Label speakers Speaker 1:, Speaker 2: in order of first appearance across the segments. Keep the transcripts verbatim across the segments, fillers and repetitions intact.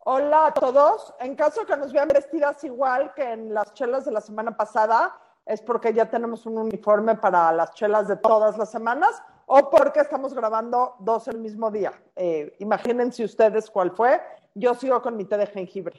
Speaker 1: Hola a todos. En caso que nos vean vestidas igual que en las chelas de la semana pasada, es porque ya tenemos un uniforme para las chelas de todas las semanas o porque estamos grabando dos el mismo día. Eh, imagínense ustedes cuál fue. Yo sigo con mi té de jengibre.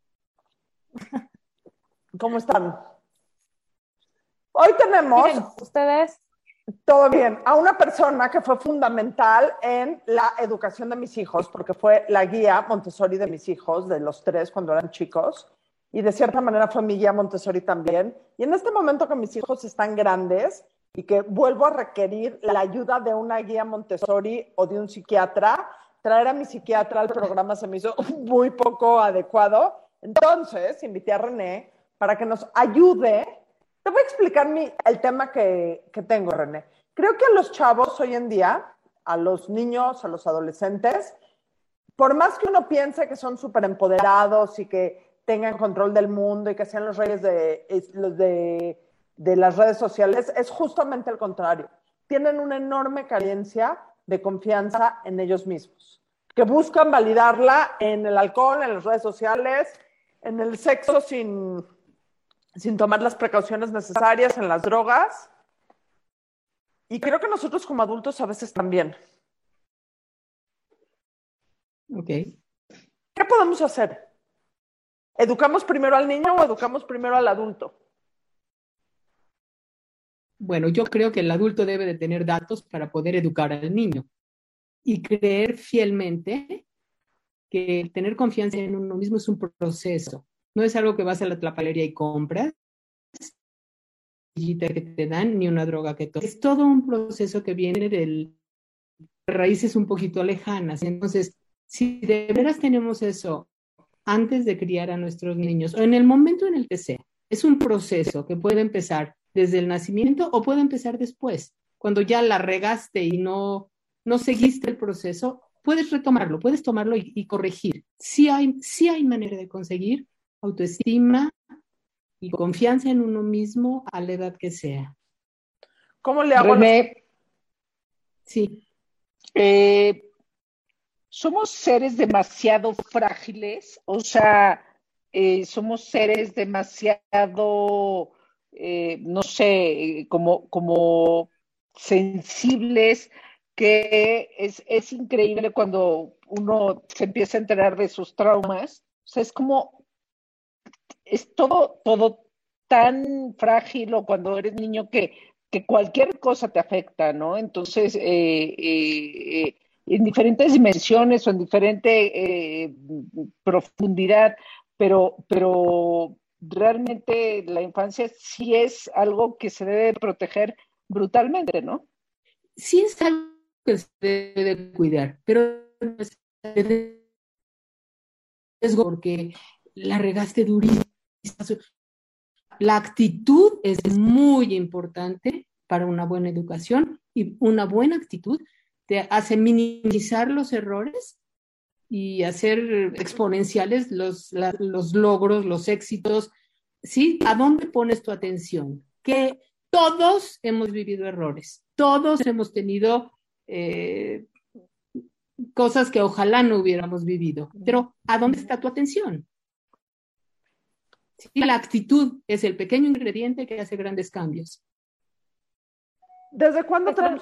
Speaker 1: ¿Cómo están? Hoy tenemos...
Speaker 2: Bien, ustedes.
Speaker 1: Todo bien. A una persona que fue fundamental en la educación de mis hijos, porque fue la guía Montessori de mis hijos, de los tres cuando eran chicos, y de cierta manera fue mi guía Montessori también. Y en este momento que mis hijos están grandes y que vuelvo a requerir la ayuda de una guía Montessori o de un psiquiatra, traer a mi psiquiatra al programa se me hizo muy poco adecuado. Entonces invité a René para que nos ayude. Te voy a explicar mi, el tema que, que tengo, René. Creo que a los chavos hoy en día, a los niños, a los adolescentes, por más que uno piense que son súper empoderados y que tengan control del mundo y que sean los reyes de, los de, de las redes sociales, es justamente el contrario. Tienen una enorme carencia de confianza en ellos mismos, que buscan validarla en el alcohol, en las redes sociales, en el sexo sin... sin tomar las precauciones necesarias, en las drogas. Y creo que nosotros como adultos a veces también.
Speaker 3: Ok.
Speaker 1: ¿Qué podemos hacer? ¿Educamos primero al niño o educamos primero al adulto?
Speaker 3: Bueno, yo creo que el adulto debe de tener datos para poder educar al niño y creer fielmente que tener confianza en uno mismo es un proceso. No es algo que vas a la tlapalería y compras, que te dan, ni una droga que tomas. Es todo un proceso que viene de raíces un poquito lejanas. Entonces, si de veras tenemos eso antes de criar a nuestros niños, o en el momento en el que sea, es un proceso que puede empezar desde el nacimiento o puede empezar después. Cuando ya la regaste y no, no seguiste el proceso, puedes retomarlo, puedes tomarlo y, y corregir. Sí hay, sí hay manera de conseguir autoestima y confianza en uno mismo a la edad que sea.
Speaker 1: ¿Cómo le hago?
Speaker 4: René,
Speaker 1: los...
Speaker 3: Sí.
Speaker 4: Eh, somos seres demasiado frágiles, o sea, eh, somos seres demasiado, eh, no sé, como, como sensibles, que es, es increíble cuando uno se empieza a enterar de sus traumas. O sea, es como, es todo, todo tan frágil o cuando eres niño que, que cualquier cosa te afecta, ¿no? Entonces, eh, eh, eh, en diferentes dimensiones o en diferente eh, profundidad, pero, pero realmente la infancia sí es algo que se debe proteger brutalmente, ¿no?
Speaker 3: Sí es algo que se debe de cuidar, pero no es riesgo porque la regaste durísimo. La actitud es muy importante para una buena educación y una buena actitud te hace minimizar los errores y hacer exponenciales los, la, los logros, los éxitos. ¿Sí? ¿A dónde pones tu atención? Que todos hemos vivido errores, todos hemos tenido eh, cosas que ojalá no hubiéramos vivido, pero ¿a dónde está tu atención? Sí, la actitud es el pequeño ingrediente que hace grandes cambios.
Speaker 1: ¿Desde cuándo tenemos...?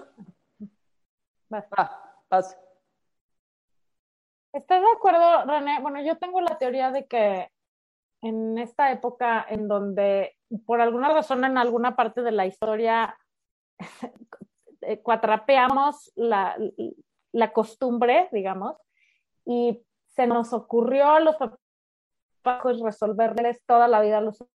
Speaker 1: Ah, pase.
Speaker 2: ¿Estás de acuerdo, René? Bueno, yo tengo la teoría de que en esta época en donde por alguna razón en alguna parte de la historia cuatrapeamos la, la costumbre, digamos, y se nos ocurrió a los papás resolverles toda la vida a los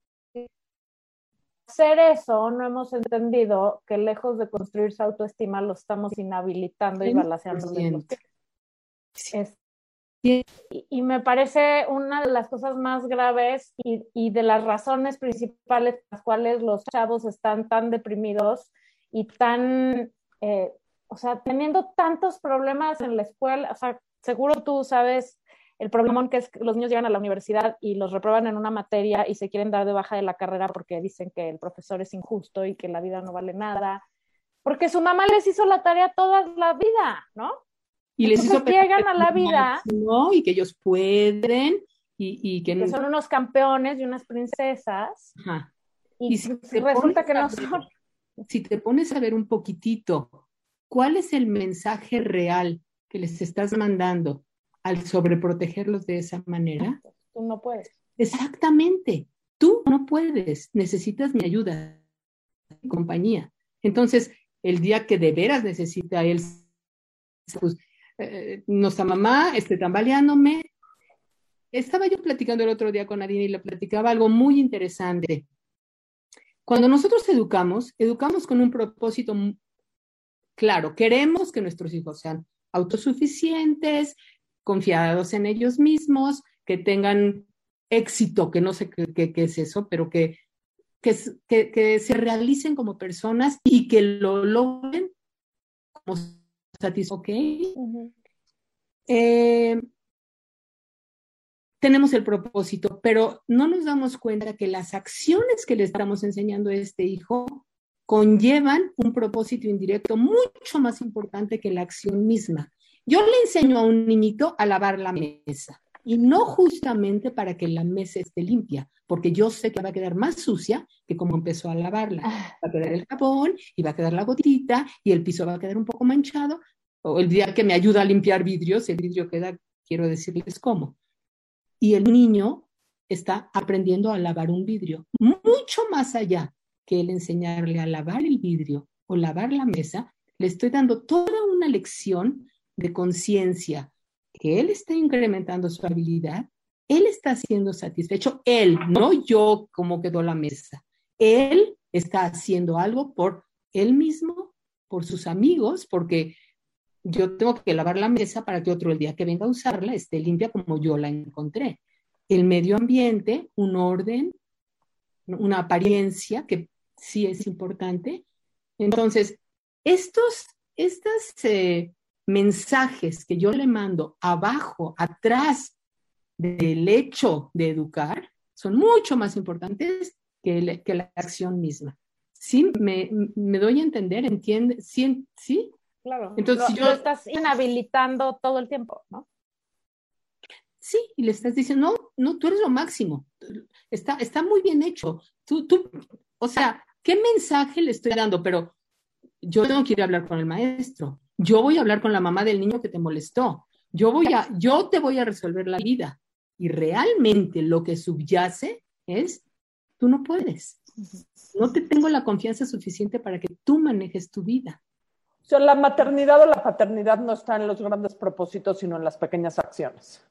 Speaker 2: hacer eso, no hemos entendido que lejos de construir su autoestima lo estamos inhabilitando y balanceando los pies. Es, y, y me parece una de las cosas más graves y, y de las razones principales por las cuales los chavos están tan deprimidos y tan, eh, o sea, teniendo tantos problemas en la escuela. O sea, seguro tú sabes el problemón que es que los niños llegan a la universidad y los reprueban en una materia y se quieren dar de baja de la carrera porque dicen que el profesor es injusto y que la vida no vale nada, porque su mamá les hizo la tarea toda la vida, ¿no?
Speaker 3: Y les hizo
Speaker 2: Entonces llegan a la vida,
Speaker 3: ¿no? Y que ellos pueden, y, y que,
Speaker 2: que son unos campeones y unas princesas.
Speaker 3: Ajá.
Speaker 2: Y,
Speaker 3: Y si
Speaker 2: si resulta que no
Speaker 3: ver,
Speaker 2: son.
Speaker 3: Si te pones a ver un poquitito, ¿cuál es el mensaje real que les estás mandando al sobreprotegerlos de esa manera?
Speaker 2: Tú no puedes.
Speaker 3: Exactamente. Tú no puedes. Necesitas mi ayuda, mi compañía. Entonces, el día que de veras necesita él, pues, eh, nuestra mamá esté tambaleándome. Estaba yo platicando el otro día con Adina y le platicaba algo muy interesante. Cuando nosotros educamos, educamos con un propósito claro. Queremos que nuestros hijos sean autosuficientes, confiados en ellos mismos, que tengan éxito, que no sé qué, qué, qué es eso, pero que, que, que, que se realicen como personas y que lo logren como satisfactorios. ¿Ok? Uh-huh. Eh, tenemos el propósito, pero no nos damos cuenta que las acciones que le estamos enseñando a este hijo conllevan un propósito indirecto mucho más importante que la acción misma. Yo le enseño a un niñito a lavar la mesa, y no justamente para que la mesa esté limpia, porque yo sé que va a quedar más sucia que como empezó a lavarla. Va a quedar el jabón, y va a quedar la gotita, y el piso va a quedar un poco manchado, o el día que me ayuda a limpiar vidrios, el vidrio queda, quiero decirles cómo. Y el niño está aprendiendo a lavar un vidrio, mucho más allá que el enseñarle a lavar el vidrio o lavar la mesa. Le estoy dando toda una lección de conciencia, que él está incrementando su habilidad, él está siendo satisfecho, él, no yo cómo quedó la mesa, él está haciendo algo por él mismo, por sus amigos, porque yo tengo que lavar la mesa para que otro el día que venga a usarla esté limpia como yo la encontré. El medio ambiente, un orden, una apariencia que sí es importante. Entonces, estos, estos eh, mensajes que yo le mando abajo, atrás del hecho de educar, son mucho más importantes que, le, que la acción misma. ¿Sí? ¿Me, me doy a entender? ¿Entiende? ¿Sí? ¿Sí?
Speaker 2: Claro,
Speaker 3: entonces,
Speaker 2: lo,
Speaker 3: si yo,
Speaker 2: lo estás inhabilitando todo el tiempo, ¿no?
Speaker 3: Sí, y le estás diciendo, no, no, tú eres lo máximo, está, está muy bien hecho, tú, tú, o sea, ¿qué mensaje le estoy dando? Pero yo tengo que ir a hablar con el maestro, yo voy a hablar con la mamá del niño que te molestó, yo voy a, yo te voy a resolver la vida, y realmente lo que subyace es, tú no puedes, no te tengo la confianza suficiente para que tú manejes tu vida.
Speaker 1: O sea, la maternidad o la paternidad no está en los grandes propósitos, sino en las pequeñas acciones.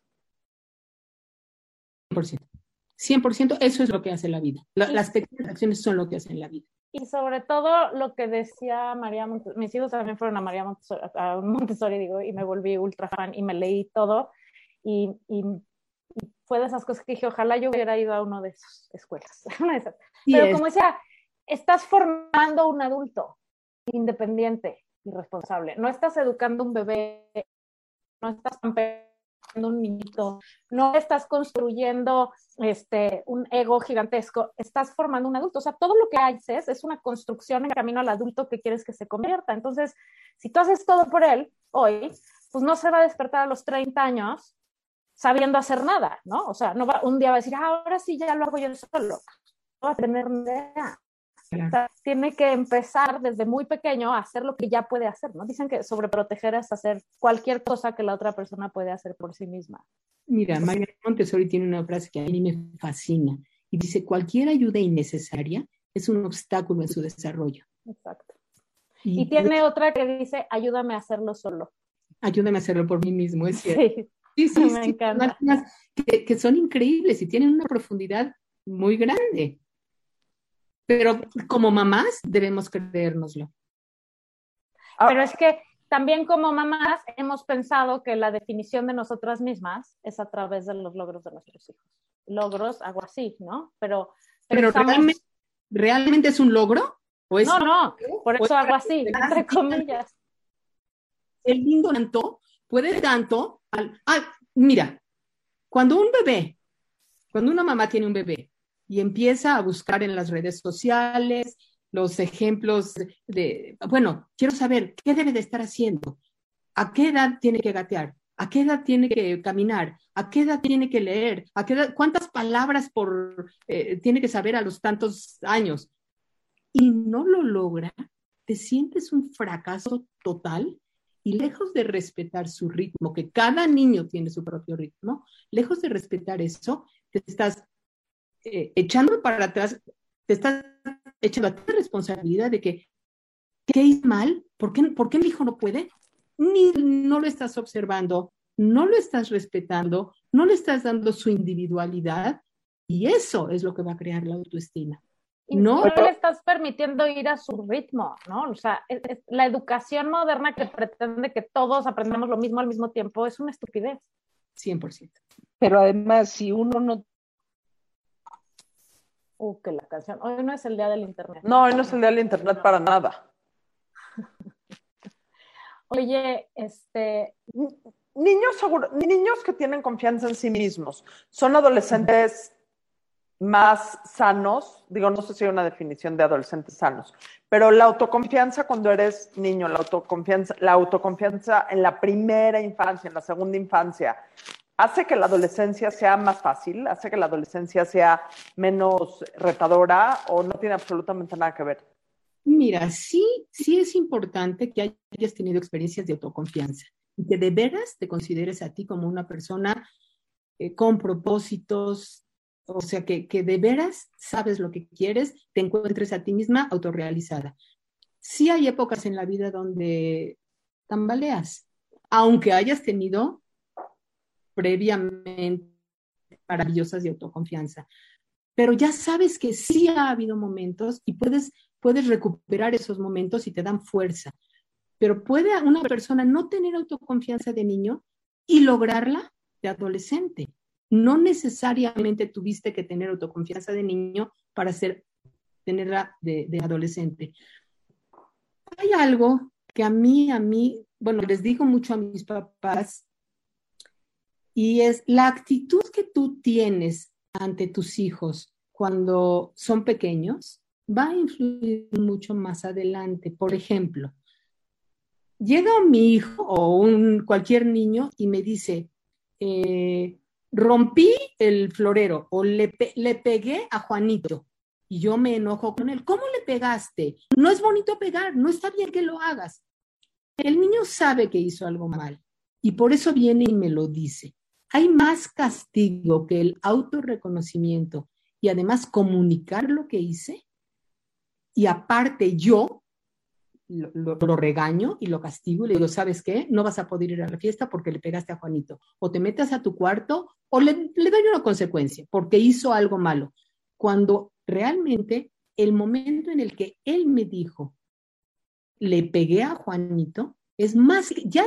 Speaker 3: cien por ciento. cien por ciento, eso es lo que hace la vida. La, las pequeñas acciones son lo que hacen la vida.
Speaker 2: Y sobre todo lo que decía María Montessori, mis hijos también fueron a María Montessori, a Montessori digo, y me volví ultra fan y me leí todo. Y, y, y fue de esas cosas que dije, ojalá yo hubiera ido a una de esas escuelas. Una de esas. Pero es. Como decía, estás formando un adulto independiente y responsable. No estás educando un bebé, no estás un niñito, no estás construyendo este, un ego gigantesco, estás formando un adulto. O sea, todo lo que haces es una construcción en camino al adulto que quieres que se convierta. Entonces, si tú haces todo por él hoy, pues no se va a despertar a los treinta años sabiendo hacer nada, ¿no? O sea, no va, un día va a decir, ah, ahora sí ya lo hago yo solo. No va a tener ni idea. Claro. O sea, tiene que empezar desde muy pequeño a hacer lo que ya puede hacer, ¿no? Dicen que sobreproteger es hacer cualquier cosa que la otra persona puede hacer por sí misma.
Speaker 3: Mira, María Montessori tiene una frase que a mí me fascina y dice, cualquier ayuda innecesaria es un obstáculo en su desarrollo.
Speaker 2: Exacto. Y, y tiene pues, otra que dice, ayúdame a hacerlo solo.
Speaker 3: Ayúdame a hacerlo por mí mismo, es cierto.
Speaker 2: Sí,
Speaker 3: sí, sí,
Speaker 2: me
Speaker 3: sí,
Speaker 2: encanta.
Speaker 3: Que, que son increíbles y tienen una profundidad muy grande. Pero como mamás debemos creérnoslo.
Speaker 2: Pero es que también como mamás hemos pensado que la definición de nosotras mismas es a través de los logros de nuestros hijos. Logros, algo así, ¿no? Pero,
Speaker 3: pero
Speaker 2: pensamos...
Speaker 3: realmente, ¿realmente es un logro? ¿O es...
Speaker 2: No, no, por eso hago así, entre comillas.
Speaker 3: El lindo tanto, puede tanto... Al... Ah, mira, cuando un bebé, cuando una mamá tiene un bebé, y empieza a buscar en las redes sociales los ejemplos de, bueno, quiero saber qué debe de estar haciendo. ¿A qué edad tiene que gatear? ¿A qué edad tiene que caminar? ¿A qué edad tiene que leer? ¿A qué edad, cuántas palabras por, eh, tiene que saber a los tantos años? Y no lo logra, te sientes un fracaso total y lejos de respetar su ritmo, que cada niño tiene su propio ritmo, lejos de respetar eso, te estás eh, echando para atrás, te estás echando a ti la responsabilidad de que, ¿qué hice mal? ¿Por qué, ¿Por qué mi hijo no puede? Ni no lo estás observando, no lo estás respetando, no le estás dando su individualidad y eso es lo que va a crear la autoestima.
Speaker 2: Y no, no le estás permitiendo ir a su ritmo, ¿no? O sea, es, es, la educación moderna que pretende que todos aprendamos lo mismo al mismo tiempo es una estupidez.
Speaker 3: cien por ciento.
Speaker 4: Pero además, si uno no...
Speaker 2: Uh, que la canción. Hoy no es el día del internet.
Speaker 1: No, hoy no es el día del internet no. para nada.
Speaker 2: Oye, este...
Speaker 1: Niños, seguro, niños que tienen confianza en sí mismos, son adolescentes más sanos, digo, no sé si hay una definición de adolescentes sanos, pero la autoconfianza cuando eres niño, la autoconfianza, la autoconfianza en la primera infancia, en la segunda infancia, ¿hace que la adolescencia sea más fácil? ¿Hace que la adolescencia sea menos retadora o no tiene absolutamente nada que ver?
Speaker 3: Mira, sí, sí es importante que hayas tenido experiencias de autoconfianza y que de veras te consideres a ti como una persona eh, con propósitos, o sea, que, que de veras sabes lo que quieres, te encuentres a ti misma autorrealizada. Sí hay épocas en la vida donde tambaleas, aunque hayas tenido previamente maravillosas de autoconfianza, pero ya sabes que sí ha habido momentos y puedes, puedes recuperar esos momentos y te dan fuerza. Pero puede una persona no tener autoconfianza de niño y lograrla de adolescente. No necesariamente tuviste que tener autoconfianza de niño para ser, tenerla de, de adolescente. Hay algo que a mí, a mí, bueno, les digo mucho a mis papás, y es la actitud que tú tienes ante tus hijos cuando son pequeños va a influir mucho más adelante. Por ejemplo, llega mi hijo o un, cualquier niño y me dice, eh, rompí el florero o le, pe le pegué a Juanito y yo me enojo con él. ¿Cómo le pegaste? No es bonito pegar, no está bien que lo hagas. El niño sabe que hizo algo mal y por eso viene y me lo dice. Hay más castigo que el autorreconocimiento y además comunicar lo que hice y aparte yo Lo, lo, lo regaño y lo castigo y le digo, ¿sabes qué? No vas a poder ir a la fiesta porque le pegaste a Juanito. O te metes a tu cuarto o le, le doy una consecuencia porque hizo algo malo. Cuando realmente el momento en el que él me dijo, le pegué a Juanito, es más, ya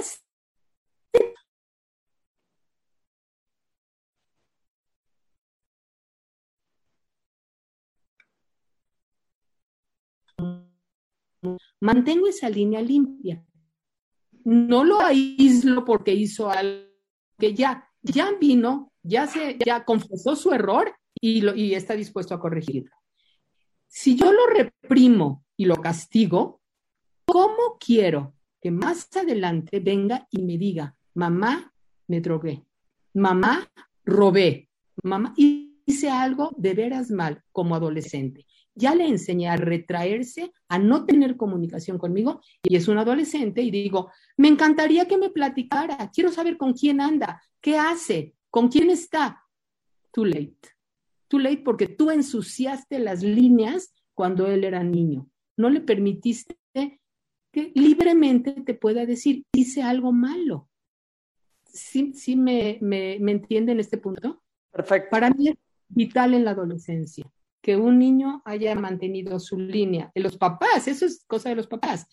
Speaker 3: mantengo esa línea limpia. No lo aíslo porque hizo algo que ya, ya vino, ya se, ya confesó su error y, lo, y está dispuesto a corregirlo. Si yo lo reprimo y lo castigo, ¿cómo quiero que más adelante venga y me diga, mamá, me drogué, mamá, robé, mamá, hice algo de veras mal como adolescente? Ya le enseñé a retraerse, a no tener comunicación conmigo, y es un adolescente, y digo, me encantaría que me platicara, quiero saber con quién anda, qué hace, con quién está. Too late. Too late porque tú ensuciaste las líneas cuando él era niño. No le permitiste que libremente te pueda decir, hice algo malo. ¿Sí, sí me, me, me entienden este punto?
Speaker 1: Perfecto.
Speaker 3: Para mí es vital en la adolescencia que un niño haya mantenido su línea. De los papás, eso es cosa de los papás.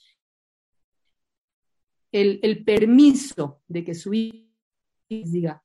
Speaker 3: El, el permiso de que su hijo diga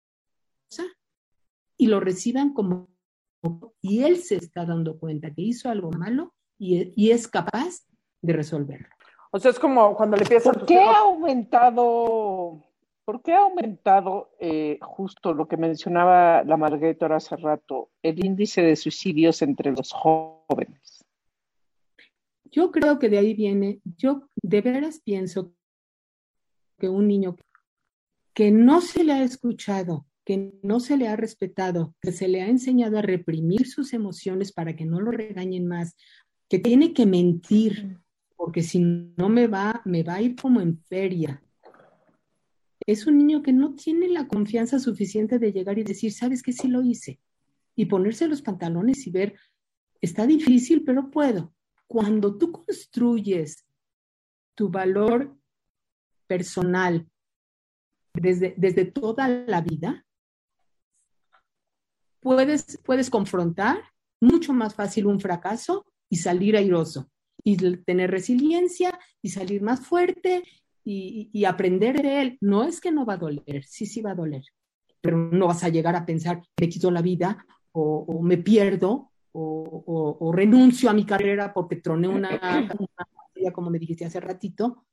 Speaker 3: y lo reciban como y él se está dando cuenta que hizo algo malo y, y es capaz de resolverlo.
Speaker 1: O sea, es como cuando le empiezas...
Speaker 4: ¿Por qué ha aumentado, por qué ha aumentado eh, justo lo que mencionaba la Margarita hace rato, el índice de suicidios entre los jóvenes?
Speaker 3: Yo creo que de ahí viene, yo de veras pienso que un niño que no se le ha escuchado, que no se le ha respetado, que se le ha enseñado a reprimir sus emociones para que no lo regañen más, que tiene que mentir, porque si no me va, me va a ir como en feria. Es un niño que no tiene la confianza suficiente de llegar y decir, ¿sabes qué? Sí lo hice. Y ponerse los pantalones y ver, está difícil, pero puedo. Cuando tú construyes tu valor personal desde, desde toda la vida, puedes, puedes confrontar mucho más fácil un fracaso y salir airoso, y tener resiliencia y salir más fuerte y, y aprender de él. No es que no va a doler, sí, sí va a doler, pero no vas a llegar a pensar, me quito la vida o, o me pierdo o, o, o renuncio a mi carrera porque troné una, una, como me dijiste hace ratito.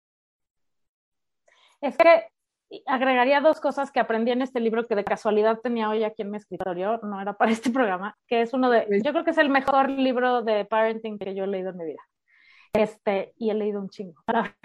Speaker 2: Es que agregaría dos cosas que aprendí en este libro que de casualidad tenía hoy aquí en mi escritorio, no era para este programa, que es uno de, yo creo que es el mejor libro de parenting que yo he leído en mi vida. Este, y he leído un chingo.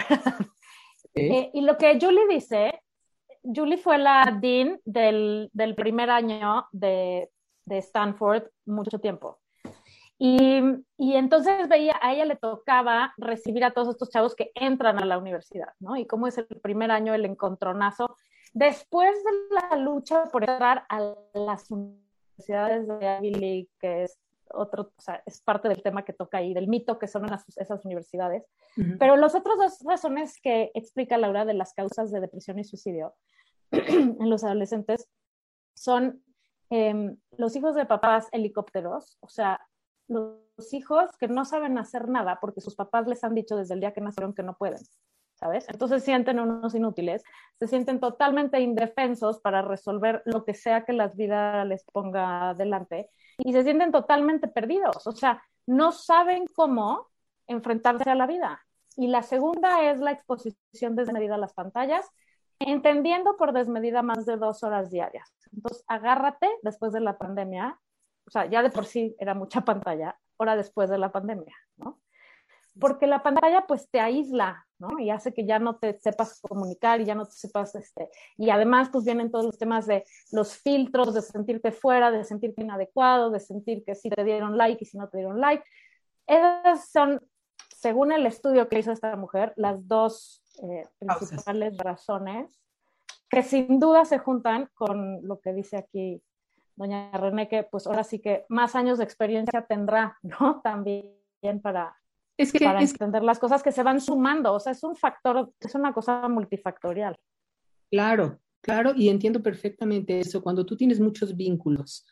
Speaker 2: eh, y lo que Julie dice, Julie fue la dean del, del primer año de, de Stanford mucho tiempo. Y, y entonces veía, a ella le tocaba recibir a todos estos chavos que entran a la universidad, ¿no? Y cómo es el primer año, el encontronazo. Después de la lucha por entrar a las universidades de Ivy League, que es otro, o sea, es parte del tema que toca ahí, del mito que son las, esas universidades. Uh-huh. Pero las otras dos razones que explica Laura de las causas de depresión y suicidio en los adolescentes son eh, los hijos de papás helicópteros, o sea, los hijos que no saben hacer nada porque sus papás les han dicho desde el día que nacieron que no pueden, ¿sabes? Entonces se sienten unos inútiles, se sienten totalmente indefensos para resolver lo que sea que la vida les ponga adelante y se sienten totalmente perdidos, o sea, no saben cómo enfrentarse a la vida. Y la segunda es la exposición desmedida a las pantallas, entendiendo por desmedida más de dos horas diarias. Entonces, agárrate después de la pandemia. O sea, ya de por sí era mucha pantalla, ahora después de la pandemia, ¿no? Porque la pantalla pues te aísla, ¿no? Y hace que ya no te sepas comunicar y ya no te sepas, este, y además pues vienen todos los temas de los filtros, de sentirte fuera, de sentirte inadecuado, de sentir que sí te dieron like y si no te dieron like. Esas son, según el estudio que hizo esta mujer, las dos eh, principales razones que sin duda se juntan con lo que dice aquí doña René, que pues ahora sí que más años de experiencia tendrá, ¿no? También para,
Speaker 3: es que,
Speaker 2: para
Speaker 3: es
Speaker 2: entender las cosas que se van sumando, o sea, es un factor, es una cosa multifactorial.
Speaker 3: Claro, claro, y entiendo perfectamente eso. Cuando tú tienes muchos vínculos,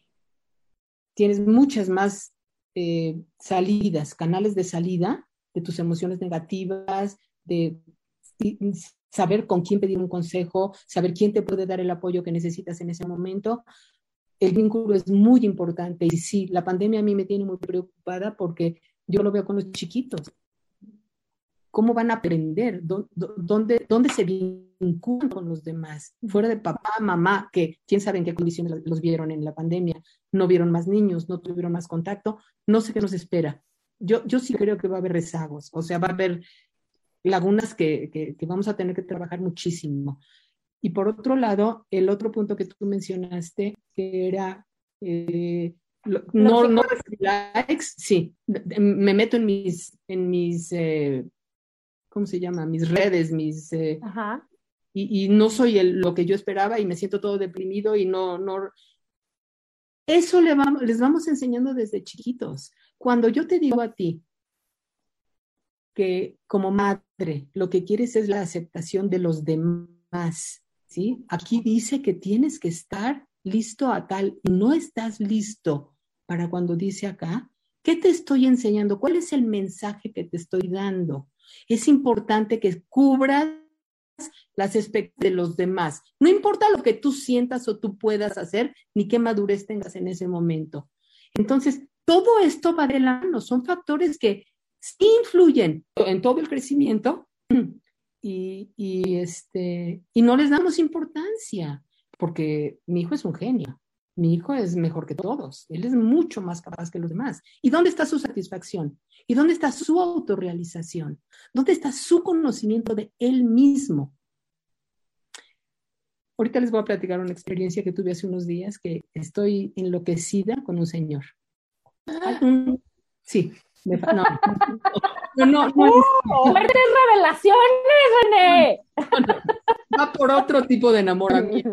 Speaker 3: tienes muchas más eh, salidas, canales de salida de tus emociones negativas, de saber con quién pedir un consejo, saber quién te puede dar el apoyo que necesitas en ese momento. El vínculo es muy importante y sí, la pandemia a mí me tiene muy preocupada porque yo lo veo con los chiquitos. ¿Cómo van a aprender? ¿Dónde, dónde se vinculan con los demás? Fuera de papá, mamá, que quién sabe en qué condiciones los vieron en la pandemia, no vieron más niños, no tuvieron más contacto, no sé qué nos espera. Yo, yo sí creo que va a haber rezagos, o sea, va a haber lagunas que, que, que vamos a tener que trabajar muchísimo. Y por otro lado, el otro punto que tú mencionaste, que era, eh, lo, no, no likes, sí, me meto en mis, en mis eh, ¿cómo se llama? Mis redes, mis, eh,
Speaker 2: Ajá.
Speaker 3: Y, y no soy el, lo que yo esperaba y me siento todo deprimido y no, no, eso le vamos, les vamos enseñando desde chiquitos. Cuando yo te digo a ti que como madre lo que quieres es la aceptación de los demás, ¿sí? Aquí dice que tienes que estar listo a tal, y no estás listo para cuando dice acá, ¿qué te estoy enseñando? ¿Cuál es el mensaje que te estoy dando? Es importante que cubras las expectativas de los demás. No importa lo que tú sientas o tú puedas hacer, ni qué madurez tengas en ese momento. Entonces, todo esto va de la mano, son factores que sí influyen en todo el crecimiento y, y, este, y no les damos importancia, porque mi hijo es un genio, mi hijo es mejor que todos, él es mucho más capaz que los demás. ¿Y dónde está su satisfacción? ¿Y dónde está su autorrealización? ¿Dónde está su conocimiento de él mismo? Ahorita les voy a platicar una experiencia que tuve hace unos días, que estoy enloquecida con un señor. Un, sí, me, no, no, no, no,
Speaker 2: ¡Oh! ¡Fuertes revelaciones, René!
Speaker 3: No, no, va por otro tipo de enamoramiento.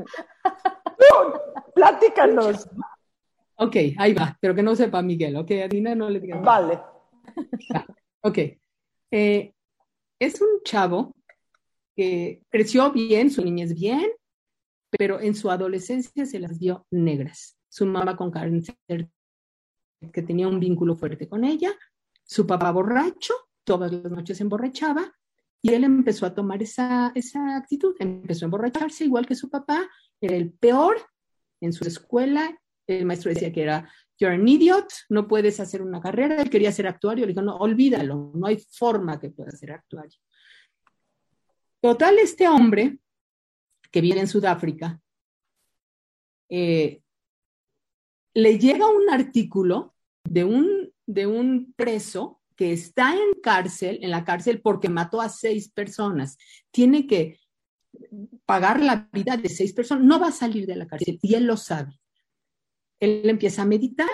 Speaker 1: Platícanos.
Speaker 3: Ok, ahí va, pero que no sepa Miguel, ok, a Dina no le digas.
Speaker 1: Vale.
Speaker 3: Ok, eh, es un chavo que creció bien, su niñez bien, pero en su adolescencia se las dio negras. Su mamá con cáncer, que tenía un vínculo fuerte con ella, su papá borracho, todas las noches se emborrachaba, y él empezó a tomar esa, esa actitud, empezó a emborracharse igual que su papá, era el peor en su escuela. El maestro decía que era, you're an idiot, no puedes hacer una carrera. Él quería ser actuario, le dijo, no, olvídalo, no hay forma que pueda ser actuario. Total, este hombre, que vive en Sudáfrica, eh, le llega un artículo de un, de un preso que está en cárcel, en la cárcel porque mató a seis personas. Tiene que pagar la vida de seis personas, no va a salir de la cárcel, y él lo sabe. Él empieza a meditar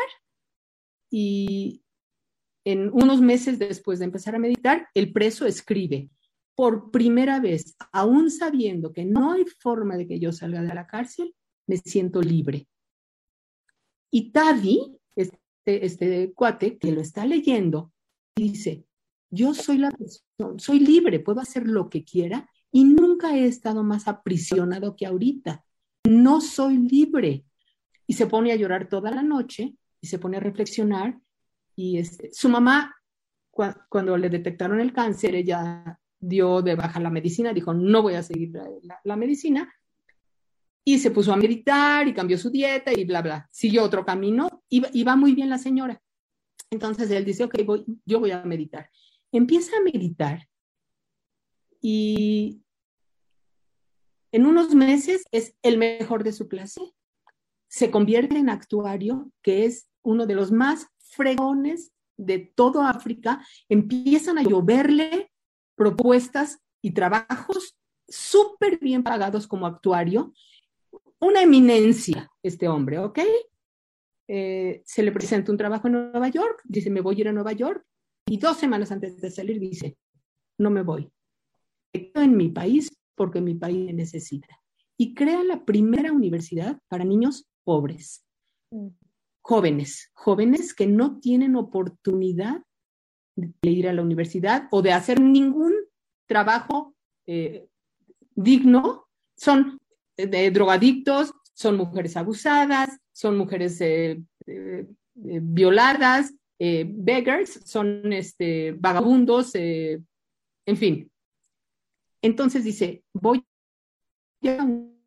Speaker 3: y en unos meses después de empezar a meditar, el preso escribe, por primera vez, aún sabiendo que no hay forma de que yo salga de la cárcel, me siento libre. Y Tadi, este, este cuate que lo está leyendo, dice, yo soy la persona, soy libre, puedo hacer lo que quiera y nunca he estado más aprisionado que ahorita. No soy libre. Y se pone a llorar toda la noche y se pone a reflexionar. Y este, su mamá, cu- cuando le detectaron el cáncer, ella dio de baja la medicina, dijo, no voy a seguir la, la, la medicina. Y se puso a meditar y cambió su dieta y bla, bla. Siguió otro camino y, y va muy bien la señora. Entonces él dice, ok, voy, yo voy a meditar. Empieza a meditar y en unos meses es el mejor de su clase. Se convierte en actuario, que es uno de los más fregones de todo África. Empiezan a lloverle propuestas y trabajos súper bien pagados como actuario. Una eminencia este hombre, ¿ok? Eh, se le presenta un trabajo en Nueva York, dice, me voy a ir a Nueva York, y dos semanas antes de salir dice, no me voy. Me quedo en mi país porque mi país me necesita. Y crea la primera universidad para niños pobres, jóvenes, jóvenes que no tienen oportunidad de ir a la universidad o de hacer ningún trabajo eh, digno. Son de drogadictos, son mujeres abusadas, son mujeres eh, eh, eh, violadas, eh, beggars, son este, vagabundos, eh, en fin. Entonces dice, voy a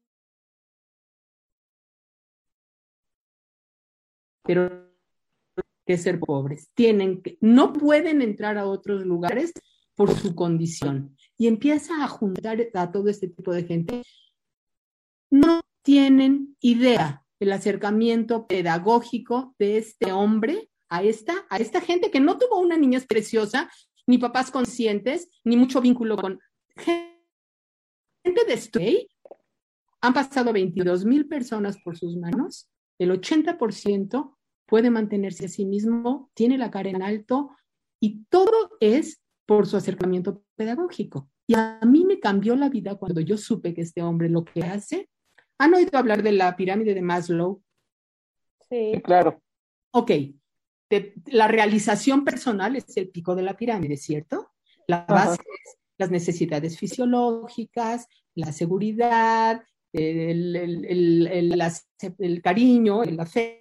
Speaker 3: pero que ser pobres, tienen que, no pueden entrar a otros lugares por su condición. Y empieza a juntar a todo este tipo de gente. No tienen idea del acercamiento pedagógico de este hombre a esta, a esta gente que no tuvo una niñez preciosa, ni papás conscientes, ni mucho vínculo con gente de Stray. Han pasado veintidós mil personas por sus manos. El ochenta por ciento puede mantenerse a sí mismo, tiene la cara en alto y todo es por su acercamiento pedagógico. Y a mí me cambió la vida cuando yo supe que este hombre lo que hace. ¿Han oído hablar de la pirámide de Maslow?
Speaker 2: Sí,
Speaker 4: Sí, claro.
Speaker 3: Ok, de, la realización personal es el pico de la pirámide, ¿cierto? La base Ajá. es las necesidades fisiológicas, la seguridad, el, el, el, el, el, el cariño, el afecto.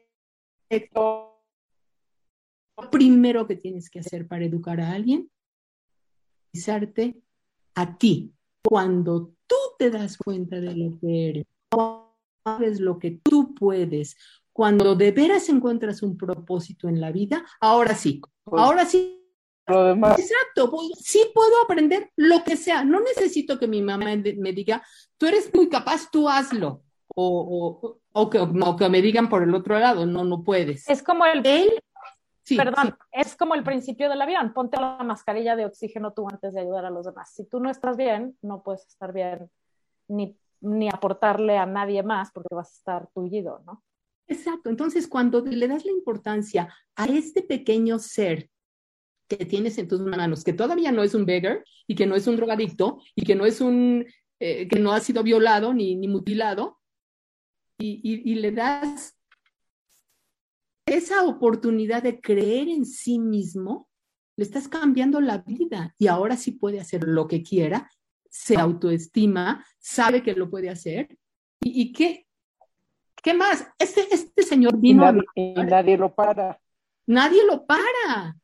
Speaker 3: Lo primero que tienes que hacer para educar a alguien es realizarte a ti. Cuando tú te das cuenta de lo que eres, sabes lo que tú puedes, cuando de veras encuentras un propósito en la vida, ahora sí, pues, ahora sí.
Speaker 4: Lo demás.
Speaker 3: Exacto, voy, sí puedo aprender lo que sea. No necesito que mi mamá me diga, tú eres muy capaz, tú hazlo. o, o, o, que, o que me digan por el otro lado, no, no puedes.
Speaker 2: Es como el...
Speaker 3: Él, sí,
Speaker 2: Perdón,
Speaker 3: sí.
Speaker 2: es como el principio del avión. Ponte la mascarilla de oxígeno tú antes de ayudar a los demás. Si tú no estás bien, no puedes estar bien ni, ni aportarle a nadie más porque vas a estar tullido, ¿no?
Speaker 3: Exacto. Entonces, cuando le das la importancia a este pequeño ser que tienes en tus manos, que todavía no es un beggar y que no es un drogadicto y que no es un, eh, que no ha sido violado ni, ni mutilado, y, y, y le das esa oportunidad de creer en sí mismo, le estás cambiando la vida y ahora sí puede hacer lo que quiera, se autoestima, sabe que lo puede hacer. ¿Y, y qué, qué más? Este, este señor vino...
Speaker 4: Y nadie, a... y nadie lo para.
Speaker 3: Nadie lo para.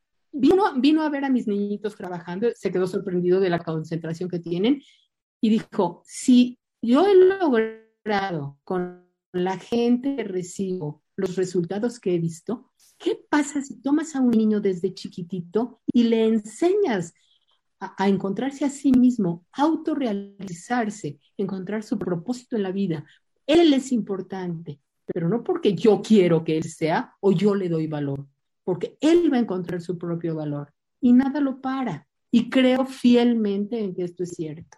Speaker 3: Vino, vino a ver a mis niñitos trabajando, se quedó sorprendido de la concentración que tienen y dijo, si yo he logrado con la gente que recibo los resultados que he visto, ¿qué pasa si tomas a un niño desde chiquitito y le enseñas a, a encontrarse a sí mismo, autorrealizarse, encontrar su propósito en la vida? Él es importante, pero no porque yo quiero que él sea o yo le doy valor, porque él va a encontrar su propio valor y nada lo para. Y creo fielmente en que esto es cierto.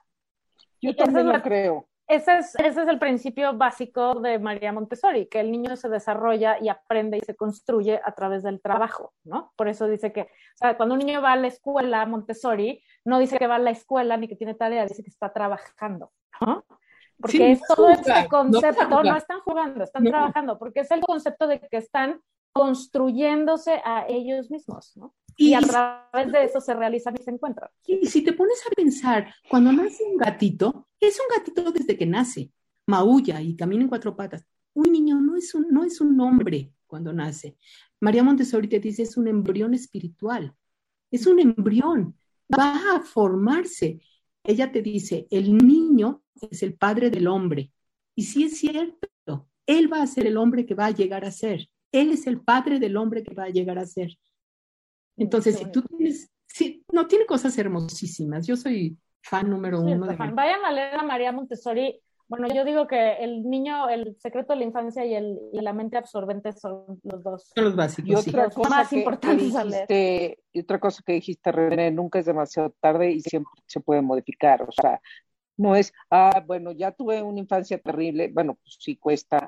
Speaker 4: Yo también lo creo.
Speaker 2: Ese es, ese es el principio básico de María Montessori, que el niño se desarrolla y aprende y se construye a través del trabajo, ¿no? Por eso dice que, o sea, cuando un niño va a la escuela Montessori, no dice que va a la escuela ni que tiene tarea, dice que está trabajando, ¿no? Porque sí, es todo jugar, este concepto, no, no están jugando, están no. trabajando, porque es el concepto de que están construyéndose a ellos mismos, ¿no? Y, y a través de eso se realizan y se encuentran.
Speaker 3: Y si te pones a pensar, cuando nace un gatito, es un gatito desde que nace, maulla y camina en cuatro patas. Un niño no es un, no es un hombre cuando nace. María Montessori te dice, es un embrión espiritual, es un embrión, va a formarse. Ella te dice, el niño es el padre del hombre. Y sí es cierto, él va a ser el hombre que va a llegar a ser. Él es el padre del hombre que va a llegar a ser. Entonces, si tú tienes, sí, no, tiene cosas hermosísimas. Yo soy fan número
Speaker 2: sí,
Speaker 3: uno. De
Speaker 2: fan. Vayan a leer a María Montessori. Bueno, yo digo que el niño, el secreto de la infancia y, el, y la mente absorbente son los dos.
Speaker 3: Son los básicos,
Speaker 4: y otra
Speaker 3: sí.
Speaker 4: cosa
Speaker 2: más
Speaker 4: que,
Speaker 2: importantes
Speaker 4: que
Speaker 2: a leer.
Speaker 4: dijiste, y otra cosa que dijiste, René, nunca es demasiado tarde y siempre se puede modificar. O sea, no es, ah, bueno, ya tuve una infancia terrible. Bueno, pues sí cuesta,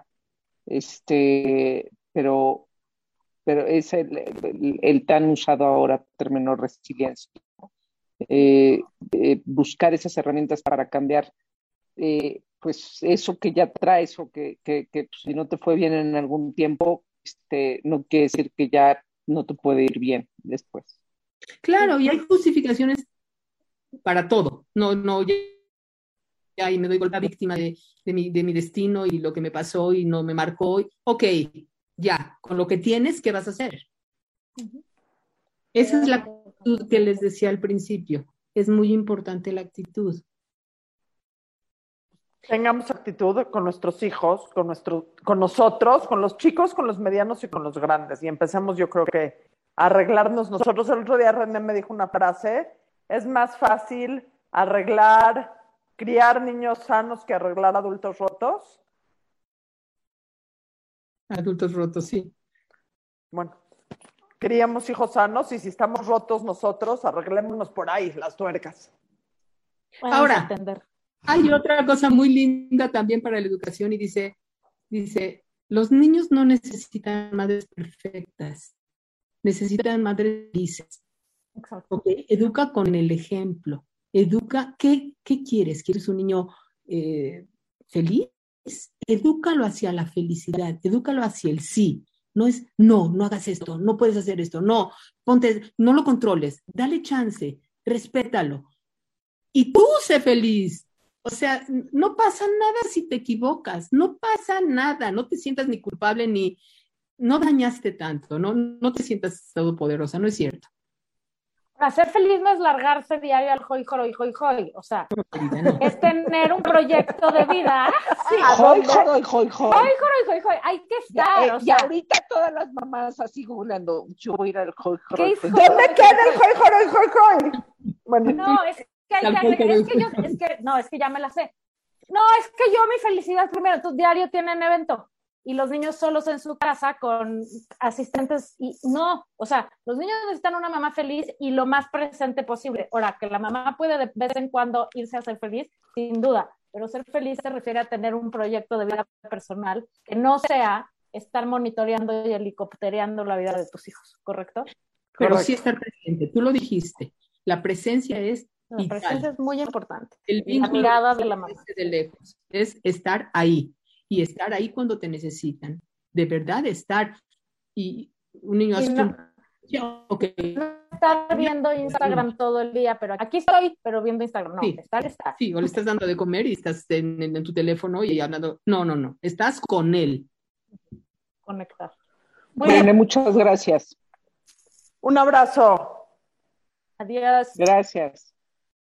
Speaker 4: este, pero... pero es el, el, el tan usado ahora término resiliencia, ¿no? eh, eh, buscar esas herramientas para cambiar eh, pues eso que ya traes o que, que, que pues, si no te fue bien en algún tiempo, este, no quiere decir que ya no te puede ir bien después.
Speaker 3: Claro, y hay justificaciones para todo. No, no, ya, ya y me doy la víctima de, de, mi, de mi destino y lo que me pasó y no me marcó. Ok, ya, con lo que tienes, ¿qué vas a hacer? Uh-huh. Esa es la actitud que les decía al principio. Es muy importante la actitud.
Speaker 1: Tengamos actitud con nuestros hijos, con, nuestro, con nosotros, con los chicos, con los medianos y con los grandes. Y empecemos, yo creo que, a arreglarnos nosotros. El otro día René me dijo una frase, es más fácil arreglar, criar niños sanos que arreglar adultos rotos.
Speaker 3: Adultos rotos, sí.
Speaker 1: Bueno, criamos hijos sanos y si estamos rotos nosotros, arreglémonos por ahí las tuercas.
Speaker 3: Ahora, hay otra cosa muy linda también para la educación y dice, dice, los niños no necesitan madres perfectas, necesitan madres felices. Okay. Educa con el ejemplo, educa, ¿qué, qué quieres? ¿Quieres un niño eh, feliz? Edúcalo hacia la felicidad, edúcalo hacia el sí. No es, no, no hagas esto, no puedes hacer esto, no, ponte, no lo controles, dale chance, respétalo. Y tú sé feliz. O sea, no pasa nada si te equivocas, no pasa nada, no te sientas ni culpable ni, no dañaste tanto, no, no te sientas todopoderosa, no es cierto.
Speaker 2: Para ser feliz no es largarse diario al hoy, hoy, hoy, hoy. O sea, no. Es tener un proyecto de vida.
Speaker 4: Sí, hoy, hoy, hoy, hoy.
Speaker 2: Hoy, hoy, hoy, hay que estar.
Speaker 4: Ya, eh,
Speaker 2: o
Speaker 4: y
Speaker 2: sea,
Speaker 4: ahorita todas las mamás así googleando, yo voy a ir al hoy,
Speaker 1: hoy. ¿Dónde queda el hoy, hoy, hoy, hoy?
Speaker 2: Bueno, no, es que, hay que, es que yo, es que, no, es que ya me la sé. no, es que yo mi felicidad primero, tu diario tienen evento y los niños solos en su casa con asistentes y no, o sea, los niños necesitan una mamá feliz y lo más presente posible. Ahora, que la mamá puede de vez en cuando irse a ser feliz, sin duda, pero ser feliz se refiere a tener un proyecto de vida personal que no sea estar monitoreando y helicóptereando la vida de tus hijos, ¿correcto?
Speaker 3: Pero
Speaker 1: Correcto.
Speaker 3: sí estar presente, tú lo dijiste, la presencia es
Speaker 2: La
Speaker 3: vital.
Speaker 2: presencia es muy importante.
Speaker 3: El
Speaker 2: La
Speaker 3: vínculo
Speaker 2: mirada
Speaker 3: no
Speaker 2: de la
Speaker 3: es
Speaker 2: mamá.
Speaker 3: de lejos, es estar ahí y estar ahí cuando te necesitan, de verdad estar. Y un niño
Speaker 2: Y
Speaker 3: hace
Speaker 2: no,
Speaker 3: un... okay.
Speaker 2: no estar viendo Instagram todo el día, pero aquí estoy, pero viendo Instagram. No,
Speaker 3: Sí.
Speaker 2: estar, estar.
Speaker 3: Sí, o le estás dando de comer y estás en, en, en tu teléfono y hablando. No, no, no, estás con él.
Speaker 2: Conectar. Muy
Speaker 4: Bueno,
Speaker 2: bien.
Speaker 4: muchas gracias.
Speaker 1: Un abrazo.
Speaker 2: Adiós.
Speaker 4: Gracias.